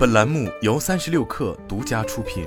本栏目由36氪独家出品。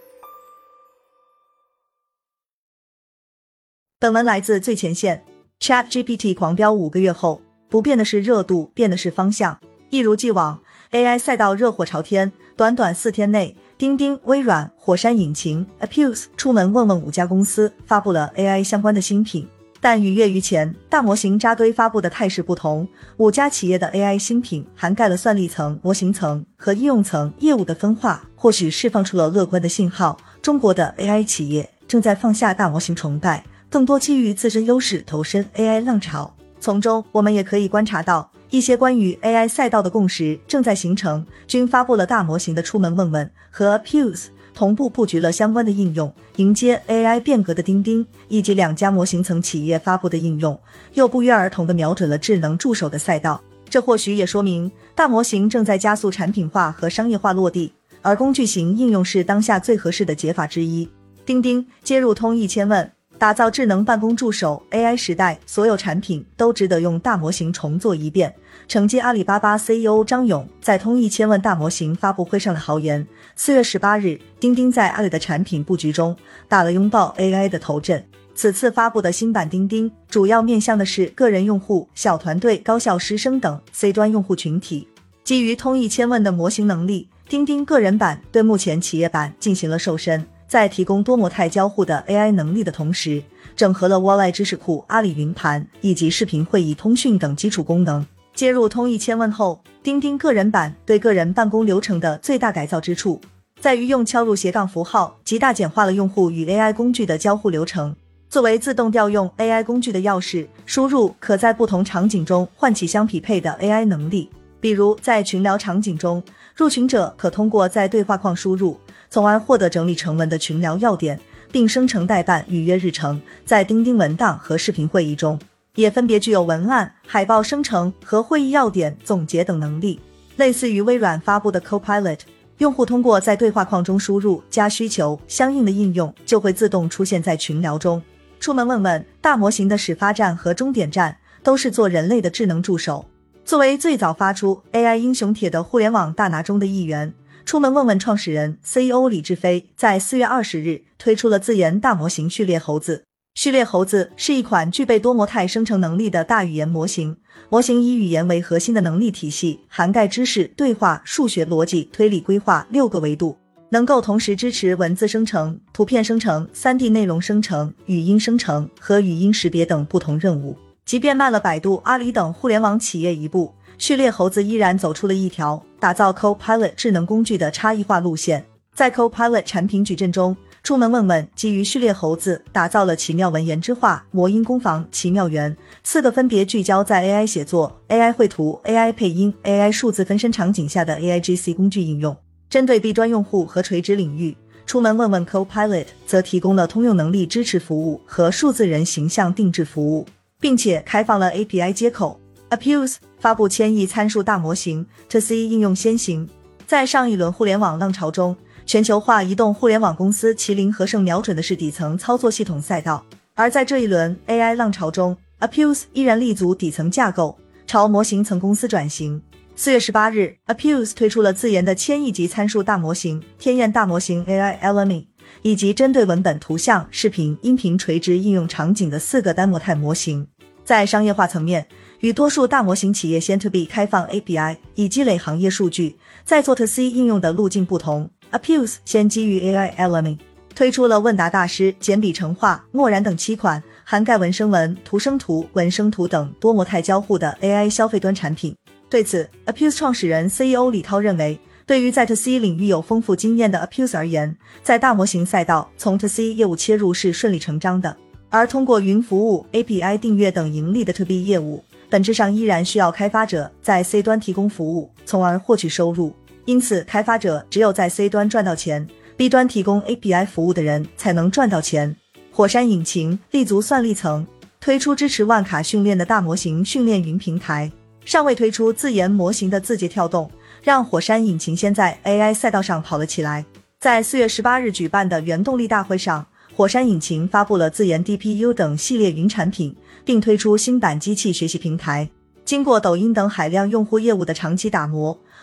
本文来自最前线。 ChatGPT 狂飙5个月后，不变的是热度，变的是方向。一如既往， AI 赛道热火朝天，短短4天内，钉钉、微软、火山引擎、Appuse、出门问问5家公司发布了 AI 相关的新品。但与月余前大模型扎堆发布的态势不同，5家企业的 AI 新品涵盖了算力层、模型层和应用层业务的分化，或许释放出了乐观的信号。中国的 AI 企业正在放下大模型崇拜，更多基于自身优势投身 AI 浪潮。从中我们也可以观察到一些关于 AI 赛道的共识正在形成，均发布了大模型的出门问问和 Appuse， 同步布局了相关的应用。迎接 AI 变革的钉钉以及2家模型层企业发布的应用，又不约而同地瞄准了智能助手的赛道。这或许也说明大模型正在加速产品化和商业化落地，而工具型应用是当下最合适的解法之一。钉钉接入通1000问，打造智能办公助手。 AI 时代，所有产品都值得用大模型重做一遍。承接阿里巴巴 CEO 张勇在通1000问大模型发布会上的豪言，4月18日，钉钉在阿里的产品布局中打了拥抱 AI 的头阵。此次发布的新版钉钉主要面向的是个人用户、小团队、高校师生等 C 端用户群体。基于通1000问的模型能力，钉钉个人版对目前企业版进行了瘦身，在提供多模态交互的 AI 能力的同时，整合了 Walleye 知识库、阿里云盘以及视频会议通讯等基础功能。接入通1000问后，钉钉个人版对个人办公流程的最大改造之处，在于用敲入斜杠符号极大简化了用户与 AI 工具的交互流程。作为自动调用 AI 工具的钥匙，输入可在不同场景中唤起相匹配的 AI 能力。比如在群聊场景中，入群者可通过在对话框输入，从而获得整理成文的群聊要点，并生成代办预约日程。在钉钉文档和视频会议中，也分别具有文案、海报生成和会议要点总结等能力。类似于微软发布的 Copilot， 用户通过在对话框中输入加需求，相应的应用就会自动出现在群聊中。出门问问大模型的始发站和终点站都是做人类的智能助手。作为最早发出 AI 英雄帖的互联网大拿中的一员，出门问问创始人 CEO 李志飞在4月20日推出了自研大模型序列猴子。序列猴子是一款具备多模态生成能力的大语言模型，模型以语言为核心的能力体系，涵盖知识、对话、数学、逻辑、推理、规划6个维度，能够同时支持文字生成、图片生成、3D 内容生成、语音生成和语音识别等不同任务。即便慢了百度、阿里等互联网企业一步，序列猴子依然走出了一条打造 Copilot 智能工具的差异化路线。在 Copilot 产品矩阵中，出门问问基于序列猴子打造了奇妙文言之画、魔音工坊、奇妙园4个分别聚焦在 AI 写作、AI 绘图、AI 配音、AI 数字分身场景下的 AIGC 工具应用。针对 B 端用户和垂直领域，出门问问 Copilot 则提供了通用能力支持服务和数字人形象定制服务，并且开放了 API 接口。Appuse 发布1000亿参数大模型 TC 应用先行。在上一轮互联网浪潮中，全球化移动互联网公司麒麟和盛瞄准的是底层操作系统赛道，而在这一轮 AI 浪潮中， Appuse 依然立足底层架构，朝模型层公司转型。4月18日 Appuse 推出了自研的1000亿级参数大模型天雁大模型 AI Elemi， 以及针对文本、图像、视频、音频垂直应用场景的4个单模态模型。在商业化层面，与多数大模型企业先 to B 开放 API 以积累行业数据，在做 to C 应用的路径不同， Appuse 先基于 AI Elemi 推出了问答大师、简笔成画、默然等7款涵盖文生文、图生图、文生图等多模态交互的 AI 消费端产品。对此， Appuse 创始人 CEO 李涛认为，对于在 to C 领域有丰富经验的 Appuse 而言，在大模型赛道从 to C 业务切入是顺理成章的，而通过云服务、API 订阅等盈利的 to B 业务，本质上依然需要开发者在 C 端提供服务，从而获取收入。因此，开发者只有在 C 端赚到钱， B 端提供 API 服务的人才能赚到钱。火山引擎立足算力层，推出支持万卡训练的大模型训练云平台。尚未推出自研模型的字节跳动，让火山引擎先在 AI 赛道上跑了起来。在4月18日举办的原动力大会上，火山引擎发布了自研 DPU 等系列云产品，并推出新版机器学习平台。经过抖音等海量用户业务的长期打磨，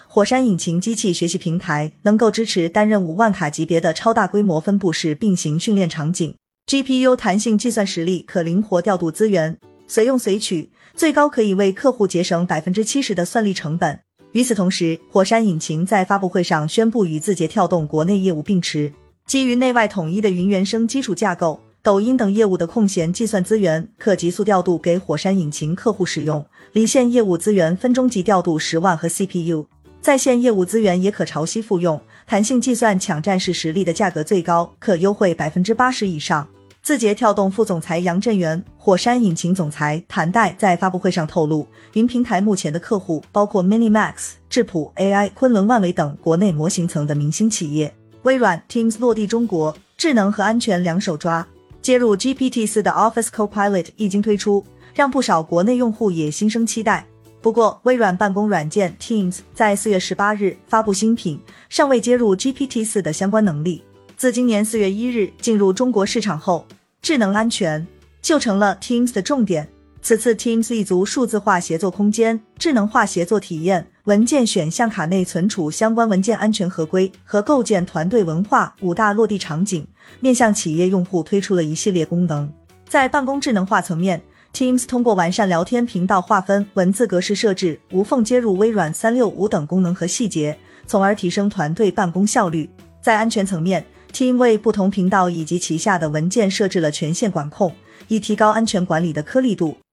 火山引擎机器学习平台能够支持担任5万卡级别的超大规模分布式并行训练场景。GPU 弹性计算实力可灵活调度资源，随用随取，最高可以为客户节省 70% 的算力成本。与此同时，火山引擎在发布会上宣布与字节跳动国内业务并驰，基于内外统一的云原生基础架构，抖音等业务的空闲计算资源可急速调度给火山引擎客户使用，离线业务资源分钟级调度10万和 CPU， 在线业务资源也可潮汐复用，弹性计算抢占式实力的价格最高可优惠 80% 以上。字节跳动副总裁杨振元、火山引擎总裁谭代在发布会上透露，云平台目前的客户包括 Minimax、智谱 AI、昆仑万维等国内模型层的明星企业。微软 Teams 落地中国，智能和安全两手抓。接入 GPT-4 的 Office Copilot 一经推出，让不少国内用户也心生期待。不过，微软办公软件 Teams 在4月18日发布新品，尚未接入 GPT-4 的相关能力。自今年4月1日进入中国市场后，智能安全就成了 Teams 的重点。此次 Teams 立足数字化协作空间、智能化协作体验、文件选项卡内存储相关文件安全合规和构建团队文化5大落地场景，面向企业用户推出了一系列功能。在办公智能化层面， Teams 通过完善聊天频道划分、文字格式设置、无缝接入微软365等功能和细节，从而提升团队办公效率。在安全层面， Team 为不同频道以及旗下的文件设置了权限管控，以提高安全管理的颗粒度。